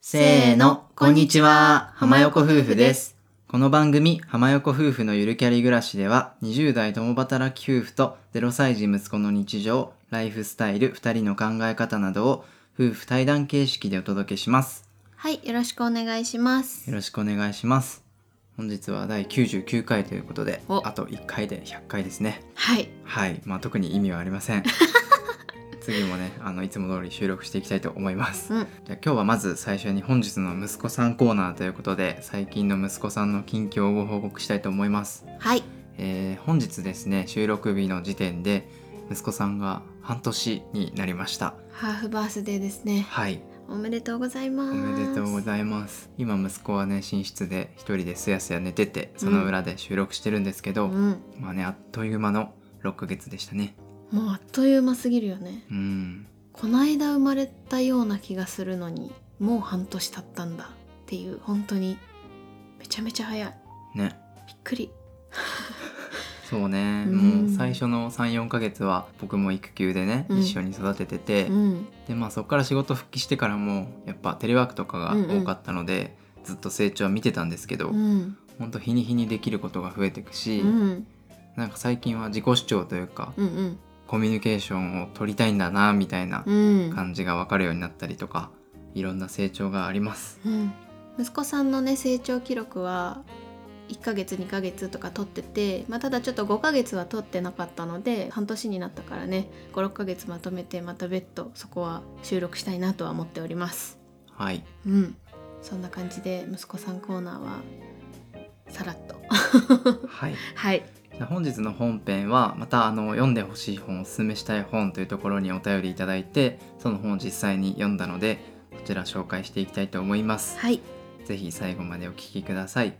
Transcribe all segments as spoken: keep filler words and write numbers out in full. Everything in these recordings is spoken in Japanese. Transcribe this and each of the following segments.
せーの、こんにちは、浜横夫婦です。この番組、浜横夫婦のゆるキャリ暮らしでは、にじゅう代共働き夫婦とゼロさい児息子の日常、ライフスタイル、ふたりの考え方などを夫婦対談形式でお届けします。 はい、よろしくお願いします。 よろしくお願いします。本日はだいきゅうじゅうきゅうかいということで、 おあといっかいでひゃっかいですね。 はいはい、まあ特に意味はありません。次もね、あのいつも通り収録していきたいと思います、 うん、 じゃあ今日はまず最初に本日の息子さんコーナーということで、最近の息子さんの近況をご報告したいと思います。 はい、 えー、本日ですね、収録日の時点で息子さんが半年になりました。 ハーフバースデーですね。 はい、 おめでとうございます。 おめでとうございます。今息子はね、寝室で一人ですやすや寝てて、その裏で収録してるんですけど、 うん、 まあね、あっという間のろっかげつでしたね。 もうあっという間すぎるよね。 うんこの間生まれたような気がするのに、もう半年経ったんだっていう、本当にめちゃめちゃ早いね。 びっくり。 そうね、 うんもう最初の さん,よん ヶ月は僕も育休でね、 うん一緒に育ててて、 うん、 でまあそこから仕事復帰してからもやっぱテレワークとかが多かったので、うんうん、ずっと成長は見てたんですけど、 うん、 ほんと日に日にできることが増えていくし、 うん、 なんか最近は自己主張というか、 うんうん、 コミュニケーションを取りたいんだなみたいなうん、 感じが分かるようになったりとか、いろんな成長があります、 うん、息子さんのね成長記録はいっかげつにかげつとか取ってて、まあ、ただちょっとごかげつは取ってなかったので、半年になったからねご、ろっかげつまとめてまた別途そこは収録したいなとは思っております。 はい、 うん、そんな感じで息子さんコーナーはさらっとはい、 はい、 じゃあ本日の本編はまたあの読んでほしい本、おすすめしたい本というところにお便りいただいて、その本を実際に読んだのでこちら紹介していきたいと思います。 はい、 ぜひ最後までお聞きください。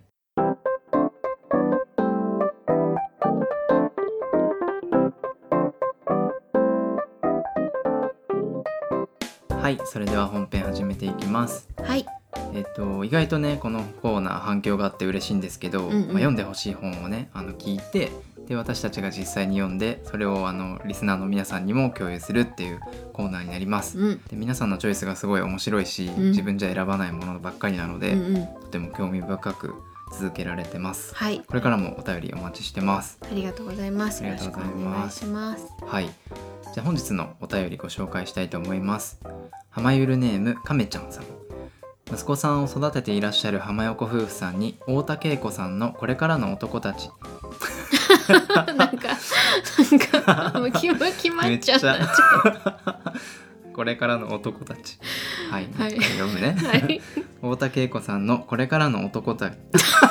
はい、それでは本編始めていきます。 はい、 えっと、意外とねこのコーナー反響があって嬉しいんですけど、 うんうんまあ、読んでほしい本をねあの聞いて、で私たちが実際に読んでそれをあのリスナーの皆さんにも共有するっていうコーナーになります、 うん、 で皆さんのチョイスがすごい面白いし、 うん、 自分じゃ選ばないものばっかりなので、 うんうん、 とても興味深く続けられてます。 はい、 これからもお便りお待ちしてます。 ありがとうございます。 ありがとうございます。 よろしくお願いします。 はい、じゃあ本日のお便りご紹介したいと思います。浜ゆるネームかめちゃんさん。息子さんを育てていらっしゃる浜横夫婦さんに太田恵子さんのこれからの男たちなんかなんかもう決ま決まっちゃっためっちこれからの男たち、はい、 はい、 読むね、 はい、 太田恵子さんのこれからの男たち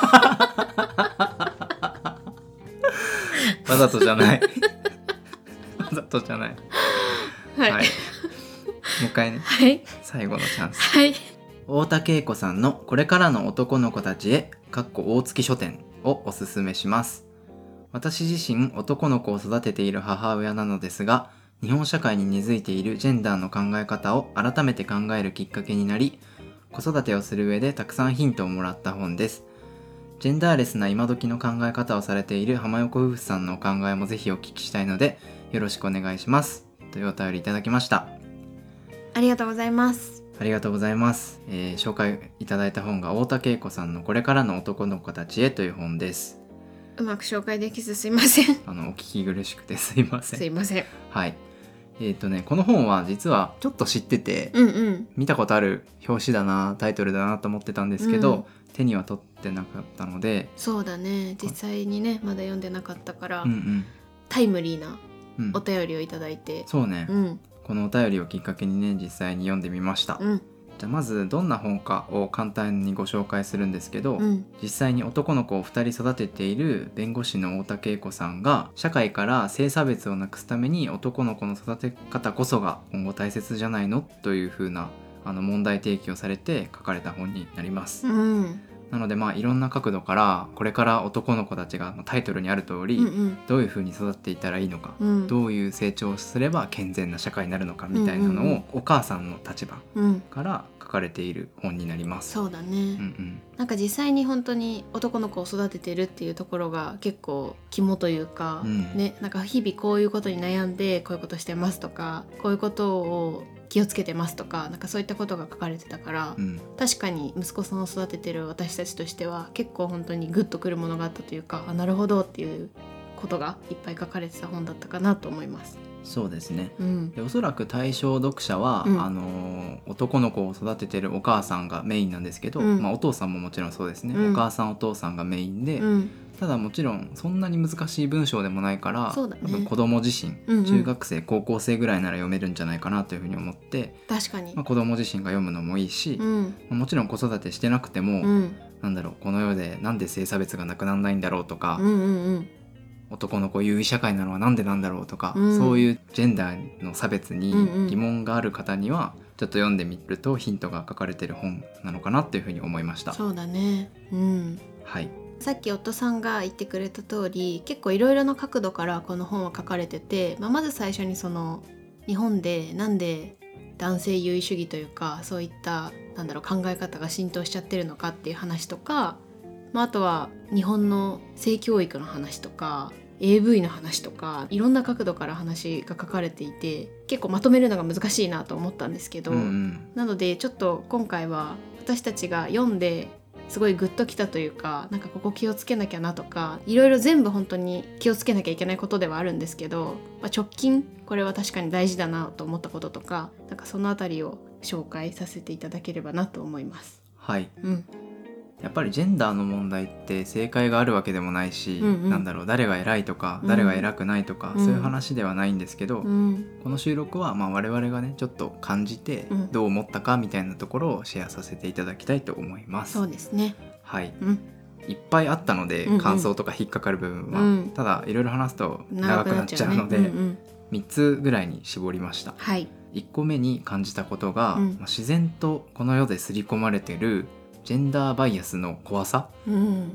わざとじゃないわざとじゃないはい、 はい、もう一回ね、 はい、 最後のチャンス。 はい、 太田恵子さんのこれからの男の子たちへ（大月書店）をおすすめします。私自身男の子を育てている母親なのですが、日本社会に根付いているジェンダーの考え方を改めて考えるきっかけになり、子育てをする上でたくさんヒントをもらった本です。ジェンダーレスな今時の考え方をされている浜横夫婦さんのお考えもぜひお聞きしたいのでよろしくお願いしますというお便りいただきました。 ありがとうございます。 ありがとうございます、えー、紹介いただいた本が太田恵子さんのこれからの男の子たちへという本です。 うまく紹介できずすいません。 あのお聞き苦しくてすいません。 すいません。 はいえーとね、この本は実はちょっと知ってて、 うんうん、 見たことある表紙だな、タイトルだなと思ってたんですけど、 うん、 手には取ってなかったので。 そうだね、実際にねまだ読んでなかったから、 うんうん、 タイムリーなうん、 お便りをいただいて、 そうね、 うん、 このお便りをきっかけにね実際に読んでみました、 うん、 じゃあまずどんな本かを簡単にご紹介するんですけど、 うん、 実際に男の子をふたり育てている弁護士の太田恵子さんが社会から性差別をなくすために男の子の育て方こそが今後大切じゃないのというふうなあの問題提起をされて書かれた本になります、 うん、 なのでまあいろんな角度からこれから男の子たちがタイトルにある通り、 うんうん、 どういうふうに育っていったらいいのか、 うん、 どういう成長をすれば健全な社会になるのかみたいなのをお母さんの立場から書かれている本になります。 そうだね、 うんうん、 なんか実際に本当に男の子を育ててるっていうところが結構肝というか、うん、ね、なんか日々こういうことに悩んでこういうことしてますとか、こういうことを気をつけてますとか、なんかそういったことが書かれてたから、 うん、 確かに息子さんを育ててる私たちとしては結構本当にグッとくるものがあったというか、あなるほどっていうことがいっぱい書かれてた本だったかなと思います。 そうですね。 うん、 でおそらく対象読者は、 うんあの男の子を育ててるお母さんがメインなんですけど、 うんまあ、お父さんももちろんそうですね、 うんお母さんお父さんがメインで、 うん、 ただもちろんそんなに難しい文章でもないから、 そうだね、 多分子供自身、 うんうん、 中学生高校生ぐらいなら読めるんじゃないかなというふうに思って、 確かに、 まあ、子供自身が読むのもいいし、 うんまあもちろん子育てしてなくても、 うん、 なんだろう、この世でなんで性差別がなくならないんだろうとか、 うんうんうん、 男の子優位社会なのはなんでなんだろうとか、 うんそういうジェンダーの差別にうんうん疑問がある方にはちょっと読んでみるとヒントが書かれてる本なのかなっていうふうに思いました。 そうだね、うん、 はい、 さっき夫さんが言ってくれた通り、結構いろいろな角度からこの本は書かれてて、まあ、まず最初にその日本でなんで男性優位主義というか、そういったなんだろう考え方が浸透しちゃってるのかっていう話とか、まあ、あとは日本の性教育の話とか エーブイ の話とか、いろんな角度から話が書かれていて、結構まとめるのが難しいなと思ったんですけど、 うんうん、 なのでちょっと今回は私たちが読んですごいグッときたというか、なんかここ気をつけなきゃなとか、いろいろ全部本当に気をつけなきゃいけないことではあるんですけど、まあ、直近これは確かに大事だなと思ったこととか、なんかそのあたりを紹介させていただければなと思います。 はい、 うん、 やっぱりジェンダーの問題って正解があるわけでもないし、 うんうん、 なんだろう、誰が偉いとか、 うん、 誰が偉くないとか、 うん、 そういう話ではないんですけど、 うん、 この収録はまあ我々がねちょっと感じてうんどう思ったかみたいなところをシェアさせていただきたいと思います。 そうですね、 はい、 うん、 いっぱいあったので、 うんうん感想とか引っかかる部分は、 うん、 ただいろいろ話すと長長くくなっなっちゃうね。 ちゃうので、 うんうん、 みっつぐらいに絞りました。 はい、 いっこめに感じたことが、 うんまあ自然とこの世で刷り込まれてるジェンダーバイアスの怖さうん、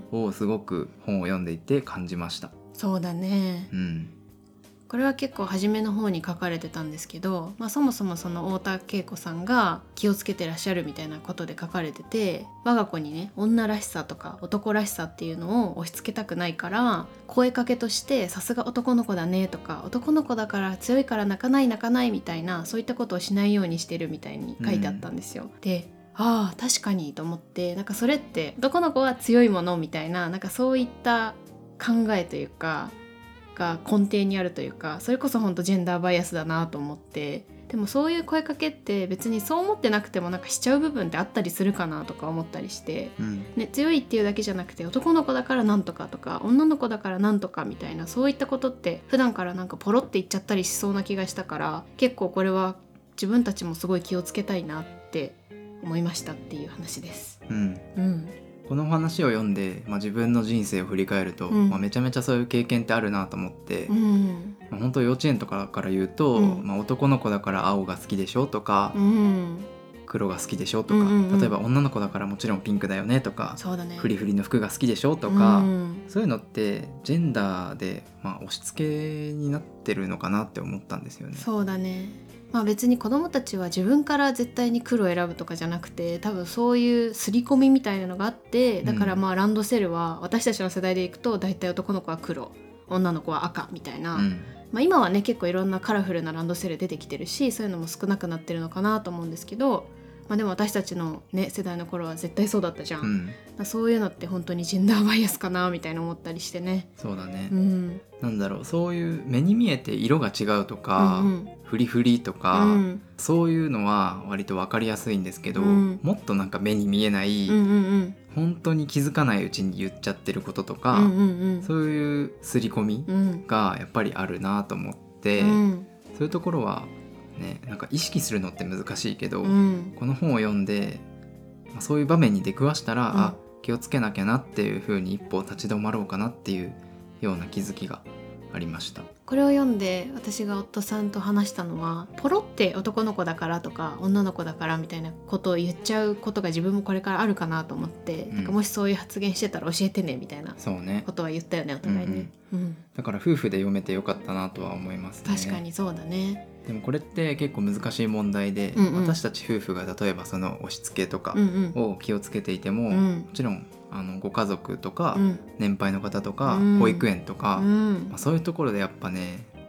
をすごく本を読んでいて感じました。 そうだね、 うん、 これは結構初めの方に書かれてたんですけど、まあ、そもそもその太田恵子さんが気をつけてらっしゃるみたいなことで書かれてて、我が子にね女らしさとか男らしさっていうのを押し付けたくないから、声かけとしてさすが男の子だねとか、男の子だから強いから泣かない泣かないみたいな、そういったことをしないようにしてるみたいに書いてあったんですよ。うん、でああ確かにと思って、なんかそれって男の子は強いものみたいな、なんかそういった考えというかが根底にあるというか、それこそ本当ジェンダーバイアスだなと思って、でもそういう声かけって別にそう思ってなくてもなんかしちゃう部分ってあったりするかなとか思ったりして、 うんね、強いっていうだけじゃなくて男の子だからなんとかとか女の子だからなんとかみたいな、そういったことって普段からなんかポロって言っちゃったりしそうな気がしたから、結構これは自分たちもすごい気をつけたいなって思いましたっていう話です。 うんうん、 この話を読んで、まあ、自分の人生を振り返ると、 うんまあ、めちゃめちゃそういう経験ってあるなと思って、 うんまあ、本当幼稚園とかから言うと、 うんまあ、男の子だから青が好きでしょとか、 うん黒が好きでしょとか、 うんうんうん、 例えば女の子だからもちろんピンクだよねとか、 そうだね、 フリフリの服が好きでしょとか、 うん、 そういうのってジェンダーで、まあ、押し付けになってるのかなって思ったんですよね。 そうだね、まあ、別に子どもたちは自分から絶対に黒を選ぶとかじゃなくて、多分そういう刷り込みみたいなのがあって、だからまあランドセルは私たちの世代でいくと大体男の子は黒、女の子は赤みたいな、 うんまあ、今はね結構いろんなカラフルなランドセル出てきてるし、そういうのも少なくなってるのかなと思うんですけど、まあ、でも私たちの、ね、世代の頃は絶対そうだったじゃん、 うん、 まあそういうのって本当にジェンダーバイアスかなみたいな思ったりしてね。 そうだね、 うん、 なんだろう、そういう目に見えて色が違うとか、 うんうんフリフリとか、 うん、 そういうのは割と分かりやすいんですけど、 うんもっとなんか目に見えない、 うんうんうん本当に気づかないうちに言っちゃってることとか、 うんうんうん、 そういう刷り込みうんがやっぱりあるなと思って、 うんそういうところはね、なんか意識するのって難しいけど、 うんこの本を読んで、まあ、そういう場面に出くわしたら、 うんあ気をつけなきゃなっていう風に一歩立ち止まろうかなっていうような気づきがありました。 これを読んで私が夫さんと話したのは、ポロって男の子だからとか女の子だからみたいなことを言っちゃうことが自分もこれからあるかなと思って、 うんなんかもしそういう発言してたら教えてねみたいなそうね、 ことは言ったよねお互いに、うんだから夫婦で読めてよかったなとは思いますね。 確かにそうだね。 でもこれって結構難しい問題で、 うんうん私たち夫婦が例えばその押し付けとかうんうんを気をつけていても、 うんもちろんあのご家族とか、 うん年配の方とか、 うん保育園とか、 うんまあ、そういうところでやっぱね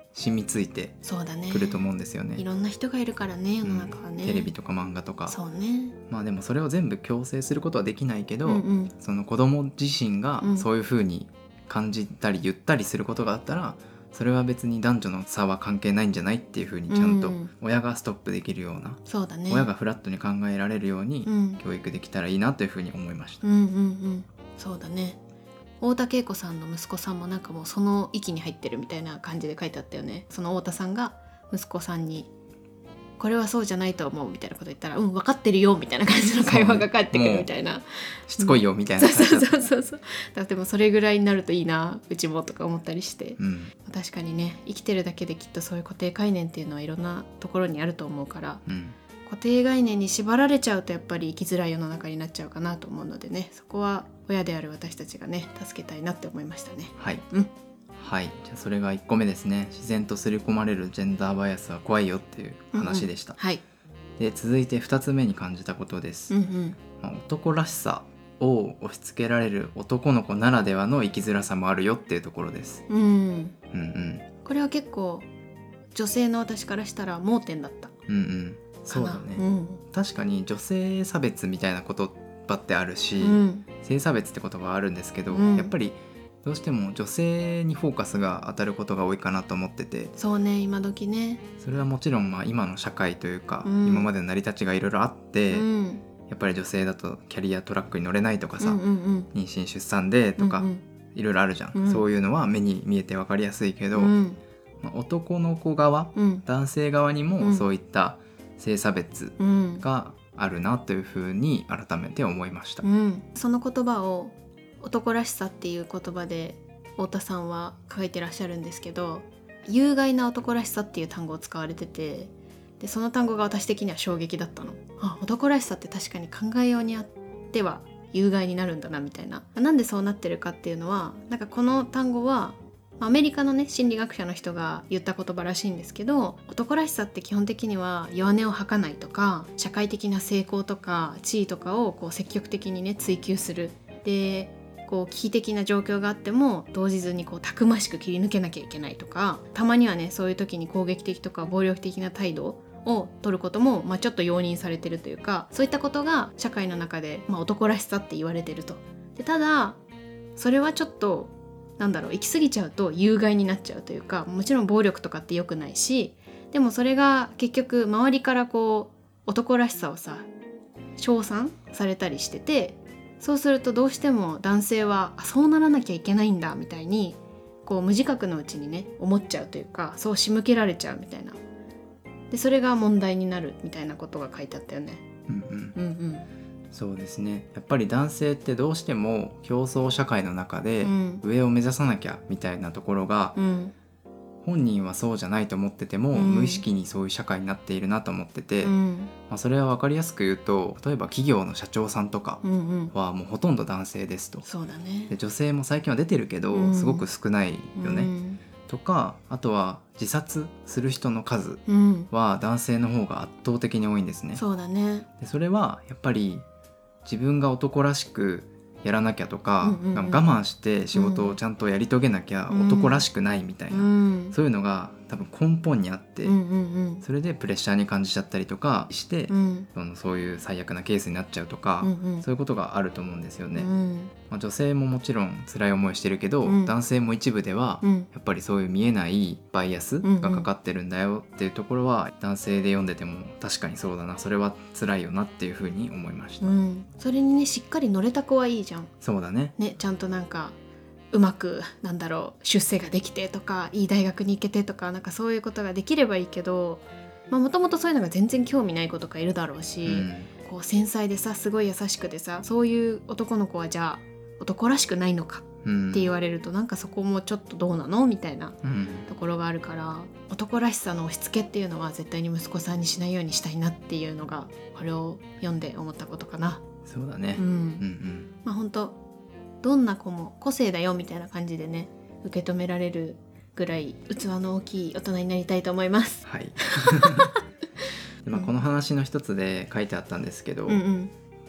染みついてそうだねくると思うんですよね。 いろんな人がいるからね世の中はね、 うん、テレビとか漫画とか。 そうね、 まあでもそれを全部強制することはできないけど、 うんうん、 その子供自身がうんそういう風に感じたり言ったりすることがあったら、それは別に男女の差は関係ないんじゃないっていう風にちゃんとうん親がストップできるような、 そうだね親がフラットに考えられるようにうん教育できたらいいなという風に思いました。 うんうんうんそうだね。太田恵子さんの息子さんもなんかもうその域に入ってるみたいな感じで書いてあったよね。その太田さんが息子さんにこれはそうじゃないと思うみたいなこと言ったら、うん分かってるよみたいな感じの会話が返ってくるみたいな、 しつこいよみたいなそう感じだった。 そうそうそうだってもうそれぐらいになるといいなうちもとか思ったりして、 うん確かにね生きてるだけできっとそういう固定概念っていうのはいろんなところにあると思うから、 うん固定概念に縛られちゃうとやっぱり生きづらい世の中になっちゃうかなと思うのでね、そこは親である私たちがね助けたいなって思いましたね。 はい、 うんはい、じゃあそれがいっこめですね。自然と刷り込まれるジェンダーバイアスは怖いよっていう話でした。 うんうん、はい、 で続いてふたつめに感じたことです、 うんうんまあ、男らしさを押し付けられる男の子ならではの生きづらさもあるよっていうところです。 うん、 うんうんこれは結構女性の私からしたら盲点だったうんうんそうだね、 うん確かに女性差別みたいな言葉ってあるし、 うん性差別って言葉はあるんですけど、 うんやっぱりどうしても女性にフォーカスが当たることが多いかなと思ってて、 そうね今時ね、 それはもちろんまあ今の社会というか、 うん今までの成り立ちがいろいろあって、 うんやっぱり女性だとキャリアトラックに乗れないとかさ、 うんうんうん妊娠出産でとか、 うんうんいろいろあるじゃん、 うんそういうのは目に見えて分かりやすいけど、 うんまあ、男の子側うん男性側にうんもそういった性差別うんがあるなというふうに改めて思いました。 うんその言葉を男らしさっていう言葉で太田さんは書いてらっしゃるんですけど、有害な男らしさっていう単語を使われてて、でその単語が私的には衝撃だったの。あ、男らしさって確かに考えようにあっては有害になるんだなみたいな。なんでそうなってるかっていうのは、なんかこの単語はアメリカのね心理学者の人が言った言葉らしいんですけど、男らしさって基本的には弱音を吐かないとか、社会的な成功とか地位とかをこう積極的にね追求する。でこう危機的な状況があっても動じずにこうたくましく切り抜けなきゃいけないとか、たまにはねそういう時に攻撃的とか暴力的な態度を取ることも、まあ、ちょっと容認されてるというか、そういったことが社会の中で、まあ、男らしさって言われてると。でただそれはちょっとなんだろう、行き過ぎちゃうと有害になっちゃうというか、もちろん暴力とかって良くないし、でもそれが結局周りからこう男らしさをさ称賛されたりしてて、そうするとどうしても男性はあそうならなきゃいけないんだみたいにこう無自覚のうちにね思っちゃうというか、そう仕向けられちゃうみたいな。でそれが問題になるみたいなことが書いてあったよね。 うんうんうんうんそうですね。やっぱり男性ってどうしても競争社会の中でうん上を目指さなきゃみたいなところが、 うん本人はそうじゃないと思ってても、 うん無意識にそういう社会になっているなと思ってて、 うんまあ、それは分かりやすく言うと、例えば企業の社長さんとかうんうんはもうほとんど男性ですと。 そうだね。 で女性も最近は出てるけど、 うんすごく少ないよね、 うんとか、あとは自殺する人の数うんは男性の方が圧倒的に多いんですね。 そうだね。 でそれはやっぱり自分が男らしくやらなきゃとか、 うんうんうん我慢して仕事をちゃんとやり遂げなきゃうん男らしくないみたいな、 うんそういうのが多分根本にあって、 うんうんそれでプレッシャーに感じちゃったりとかして、 うんそのそういう最悪なケースになっちゃうとか、 うんうんそういうことがあると思うんですよね、 うんまあ、女性ももちろん辛い思いしてるけど、 うん男性も一部ではうんやっぱりそういう見えないバイアスがかかってるんだよっていうところは、男性で読んでても確かにそうだな、それは辛いよなっていうふうに思いました、 うんそれにねしっかり乗れた子はいいじゃんそうだね。 ね。ちゃんとなんかうまくなんだろう出世ができてとかいい大学に行けてとか、なんかそういうことができればいいけど、もともとそういうのが全然興味ない子とかいるだろうし、 うんこう繊細でさすごい優しくてさ、そういう男の子はじゃあ男らしくないのかうん、 って言われると、なんかそこもちょっとどうなのみたいなうんところがあるから、男らしさの押し付けっていうのは絶対に息子さんにしないようにしたいなっていうのがこれを読んで思ったことかな。 そうだね、 うん、 うんうんまあ本当どんな子も個性だよみたいな感じでね受け止められるぐらい器の大きい大人になりたいと思います。 はいで、まあ、この話の一つで書いてあったんですけど、 うんうん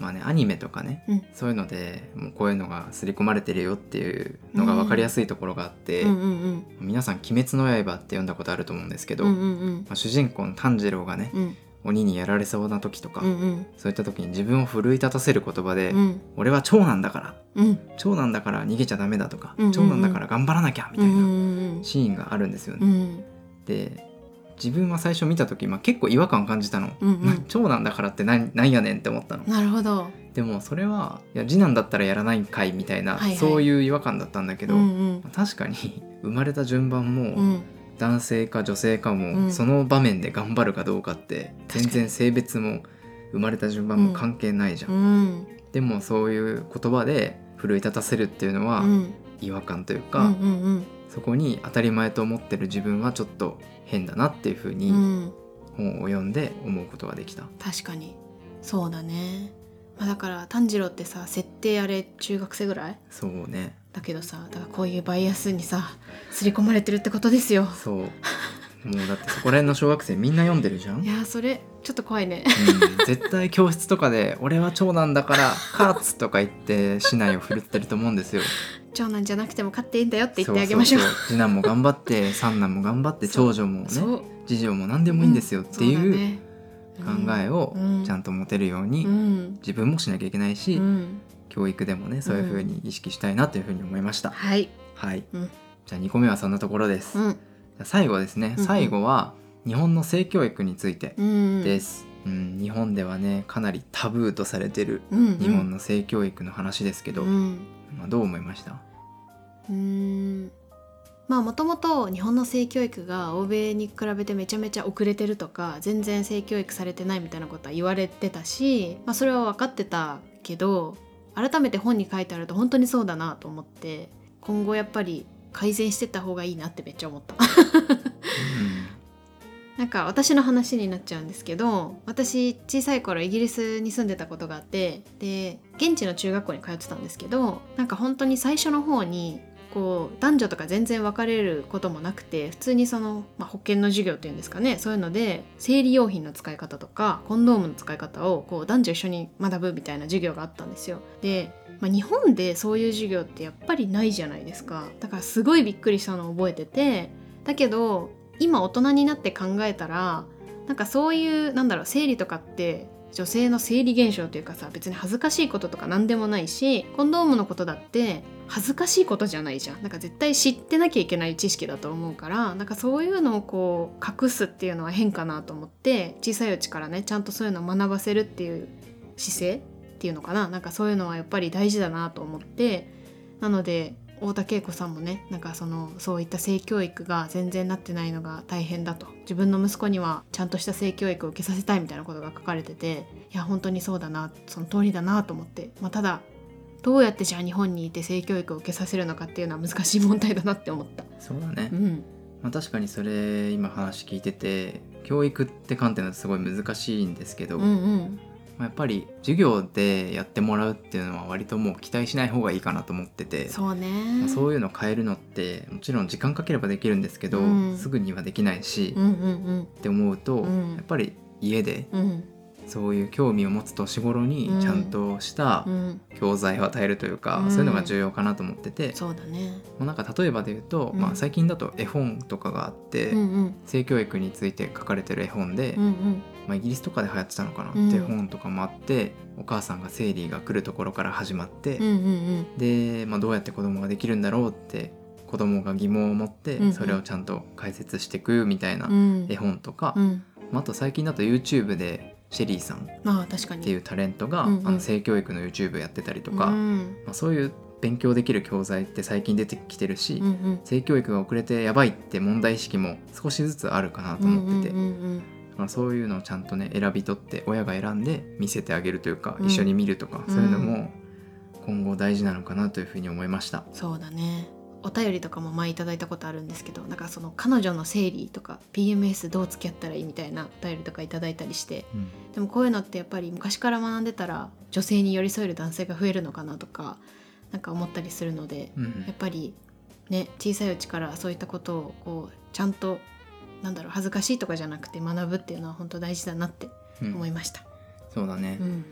まあねアニメとかね、 うんそういうのでもうこういうのが刷り込まれてるよっていうのが分かりやすいところがあって、 うんうんうん皆さん「鬼滅の刃」って読んだことあると思うんですけど、 うんうんうんまあ、主人公の炭治郎がね、 うん鬼にやられそうな時とか、 うんうんそういった時に自分を奮い立たせる言葉で「 うん俺は長男だからうん長男だから逃げちゃダメだ」とか、 うんうんうん長男だから頑張らなきゃ」みたいうんうなんシーンがあるんですよね。 うんで自分は最初見た時、まあ、結構違和感を感じたの、 うんうん長男だからって何なんやねんって思ったの。 なるほど。 でもそれはいや次男だったらやらないんかいみたいな、 はいはいそういう違和感だったんだけど、 うんうん確かに生まれた順番も、 うん男性か女性かも、 うんその場面で頑張るかどうかって確かに全然性別も生まれた順番も関係ないじゃん、 うんでもそういう言葉で奮い立たせるっていうのはうん違和感といううか、 んうんうんそこに当たり前と思ってる自分はちょっと変だなっていうふううにん本を読んで思うことができた。 確かにそうだね。まあ、だから炭治郎ってさ設定あれ中学生ぐらいそうね、 だけどさ、だからこういうバイアスにさ刷り込まれてるってことですよ。 そうもうだってそこら辺の小学生みんな読んでるじゃんいやーそれちょっと怖いね。 うん、絶対教室とかで「俺は長男だからカーツ」とか言って竹刀を振るってると思うんですよ。 長男じゃなくても勝っていいんだよって言ってあげましょう。 そうそうそう次男も頑張って三男も頑張って長女もねそう次女も何でもいいんですよっていうね考えをちゃんと持てるようにうん自分もしなきゃいけないし、 うん教育でもねそういう風に意識したいなという風に思いました。 はい、 はい、 うんじゃあにこめはそんなところです。 うんじゃあ最後ですね、 うんうん最後は日本の性教育についてうん、 です、うん、日本ではねかなりタブーとされてるうんうん、 日本の性教育の話ですけど、 うんまあ、どう思いました？ うーんまあもともと日本の性教育が欧米に比べてめちゃめちゃ遅れてるとか全然性教育されてないみたいなことは言われてたし、まあ、それは分かってたけど改めて本に書いてあると本当にそうだなと思って今後やっぱり改善してった方がいいなってめっちゃ思った。なんか私の話になっちゃうんですけど、私小さい頃イギリスに住んでたことがあって、で現地の中学校に通ってたんですけど、なんか本当に最初の方にこう男女とか全然分かれることもなくて、普通にその、まあ、保険の授業っていうんですかね、そういうので生理用品の使い方とかコンドームの使い方をこう男女一緒に学ぶみたいな授業があったんですよ。で、まあ、日本でそういう授業ってやっぱりないじゃないですか。だからすごいびっくりしたのを覚えてて、だけど今大人になって考えたら、なんかそういうなんだろう、生理とかって女性の生理現象というかさ、別に恥ずかしいこととか何でもないし、コンドームのことだって恥ずかしいことじゃないじゃん。なんか絶対知ってなきゃいけない知識だと思うから、なんかそういうのをこう隠すっていうのは変かなと思って、小さいうちからねちゃんとそういうのを学ばせるっていう姿勢っていうのかな、なんかそういうのはやっぱり大事だなと思って、なので太田恵子さんもね、なんかそのそういった性教育が全然なってないのが大変だと、自分の息子にはちゃんとした性教育を受けさせたいみたいなことが書かれてて、いや本当にそうだな、その通りだなと思って、まあ、ただどうやってじゃあ日本にいて性教育を受けさせるのかっていうのは難しい問題だなって思った。 そうだね、 うんまあ、確かにそれ今話聞いてて教育って観点だとすごい難しいんですけど、 うんうんまあ、やっぱり授業でやってもらうっていうのは割ともう期待しない方がいいかなと思ってて、 そうね、 まあ、そういうの変えるのってもちろん時間かければできるんですけど、 うんすぐにはできないし、 うんうんって思うと、 うんやっぱり家でうんうんそういう興味を持つ年頃にちゃんとしたうん教材を与えるというか、 うんそういうのが重要かなと思ってて、 そうだね、 もうなんか例えばで言うと、 うんまあ、最近だと絵本とかがあって、 うんうん性教育について書かれてる絵本で、 うんうんまあ、イギリスとかで流行ってたのかな、 うんっていう本とかもあって、お母さんが生理が来るところから始まって、 うんうんで、まあ、どうやって子供ができるんだろうって子供が疑問を持ってうんうんそれをちゃんと解説していくみたいなうん絵本とか、 うんまあ、あと最近だと YouTube でシェリーさんっまあ確かにていうタレントが、 うんうんあの性教育の YouTube やってたりとか、 うんまあ、そういう勉強できる教材って最近出てきてるし、 うんうん性教育が遅れてやばいって問題意識も少しずつあるかなと思ってて、 うんうんうんだからそういうのをちゃんとね選び取って親が選んで見せてあげるというか、 うん一緒に見るとか、 うんそういうのも今後大事なのかなというふうに思いました。 そうだね。お便りとかも前いただいたことあるんですけど、なんかその彼女の生理とか ピーエムエス どう付き合ったらいいみたいなお便りとかいただいたりして、 うんでもこういうのってやっぱり昔から学んでたら女性に寄り添える男性が増えるのかなとかなんか思ったりするので、 うんやっぱりね小さいうちからそういったことをこうちゃんとなんだろう恥ずかしいとかじゃなくて学ぶっていうのは本当大事だなってうん思いました。 そうだね、 うん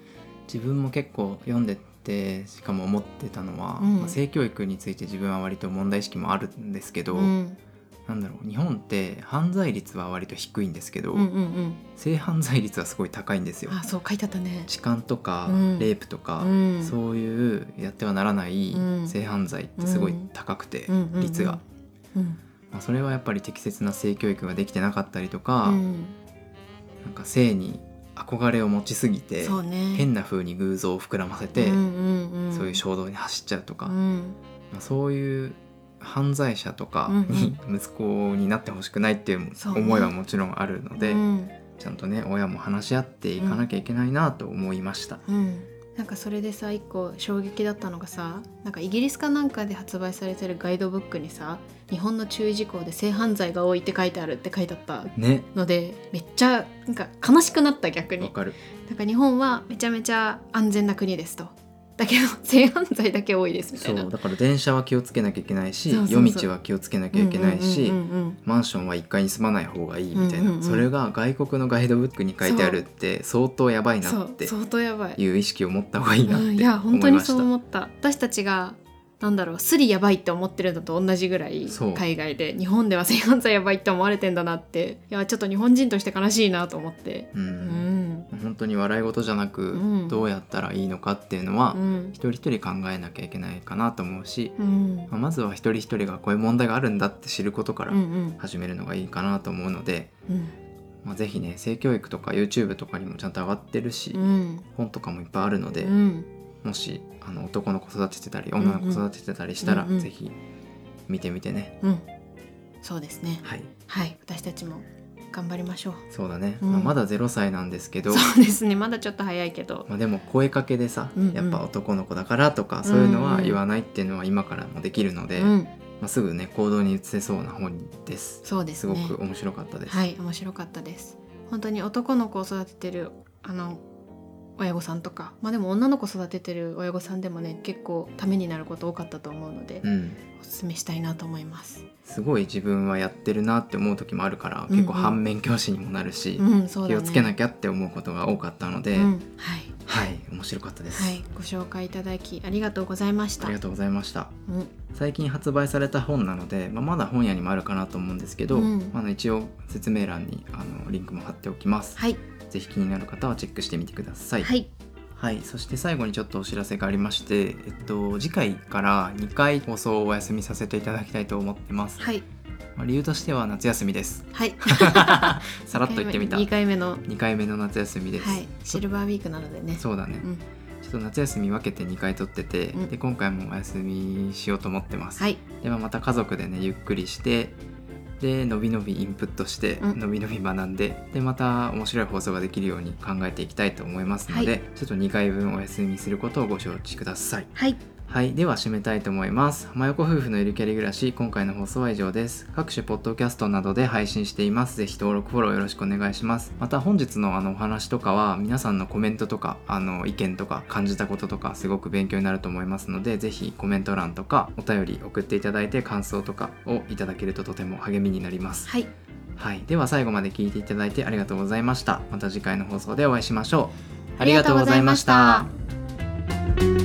自分も結構読んでてしかも思ってたのは、 うんまあ性教育について自分は割と問題意識もあるんですけど、 うんなんだろう日本って犯罪率は割と低いんですけど、 うんうんうん性犯罪率はすごい高いんですよ。 あそう書いてあったね。 痴漢とか、 うんレイプとか、 うんそういうやってはならないうん性犯罪ってすごい高くて、 うんうんうん率が、 うんまあ、それはやっぱり適切な性教育ができてなかったりとか、 うんなんか性に憧れを持ちすぎて、 そうね変な風に偶像を膨らませて、 うんうんうんそういう衝動に走っちゃうとか、 うんまあ、そういう犯罪者とかうんに息子になってほしくないっていうそうね思いはもちろんあるので、 うんちゃんとね親も話し合っていかなきゃいけないなと思いました。 うんなんかそれでさ一個衝撃だったのがさ、なんかイギリスかなんかで発売されてるガイドブックにさ、日本の注意事項で性犯罪が多いって書いてあるって書いてあったね、 ので、めっちゃなんか悲しくなった逆に。 わかる。 なんか日本はめちゃめちゃ安全な国ですと、だけど性犯罪だけ多いですみたいな。 そうだから電車は気をつけなきゃいけないし、 そうそうそう夜道は気をつけなきゃいけないし、 うんうんうんうんマンションはいっかいに住まない方がいいみたいな、 うんうんうんそれが外国のガイドブックに書いてあるって相当やばいなそうって相当やばい。 いう意識を持った方がいいなってうん、いや思いました。 本当にそう思った。私たちがなんだろうスリやばいって思ってるのと同じぐらいそう海外で日本では性犯罪やばいって思われてんだなって、いやちょっと日本人として悲しいなと思って。 うんうん本当に笑い事じゃなく、 うんどうやったらいいのかっていうのは、 うん一人一人考えなきゃいけないかなと思うし、 うんまあまずは一人一人がこういう問題があるんだって知ることからうんうん始めるのがいいかなと思うので、 うんまあ、ぜひね性教育とか YouTube とかにもちゃんと上がってるし、 うん本とかもいっぱいあるので、 うんもしあの男の子育ててたり女の子育ててたりしたら、 うんうんぜひ見てみてね。 うんそうですね。 はい、 はい私たちも頑張りましょう。 そうだね、 うんまあ、まだゼロさいなんですけど、 そうですねまだちょっと早いけど。 まあ、でも声かけでさ、 うんうんやっぱ男の子だからとかそういうのは言わないっていうのは今からもできるので、 うんまあ、すぐね行動に移せそうな本です。 そうですね。 すごく面白かったです。 はい面白かったです。本当に男の子を育ててるあの親御さんとか、まあでも女の子育ててる親御さんでもね結構ためになること多かったと思うので、 うん、 おすすめしたいなと思います。 すごい自分はやってるなって思う時もあるから、 うんうん結構反面教師にもなるし、 うんそうだね。 気をつけなきゃって思うことが多かったので、 うん、はいはい面白かったです、 はいご紹介いただきありがとうございました。 ありがとうございました。 うん最近発売された本なので、まあ、まだ本屋にもあるかなと思うんですけど、 うんまあ、一応説明欄にあのリンクも貼っておきます。 はいぜひ気になる方はチェックしてみてください。 はいはい、そして最後にちょっとお知らせがありまして、えっと、次回からにかい放送をお休みさせていただきたいと思ってます。 はいまあ、理由としては夏休みです。 はいさらっと言ってみた。 にかいめのにかいめの夏休みです。 はいシルバーウィークなのでね。 そうだね、 うんちょっと夏休み分けてにかい取ってて、 うんで今回もお休みしようと思ってます。 はいで、まあ、また家族でねゆっくりしてでのびのびインプットして、 うんのびのび学んででまた面白い放送ができるように考えていきたいと思いますので、 はいちょっとにかいぶんお休みすることをご承知ください。 はいはい、では締めたいと思います。浜横夫婦のゆるキャリ暮らし、今回の放送は以上です。各種ポッドキャストなどで配信しています。ぜひ登録フォローよろしくお願いします。また本日のあのお話とかは皆さんのコメントとかあの意見とか感じたこととかすごく勉強になると思いますので、ぜひコメント欄とかお便り送っていただいて感想とかをいただけるととても励みになります。 はいはい、では最後まで聞いていただいてありがとうございました。また次回の放送でお会いしましょう。ありがとうございました。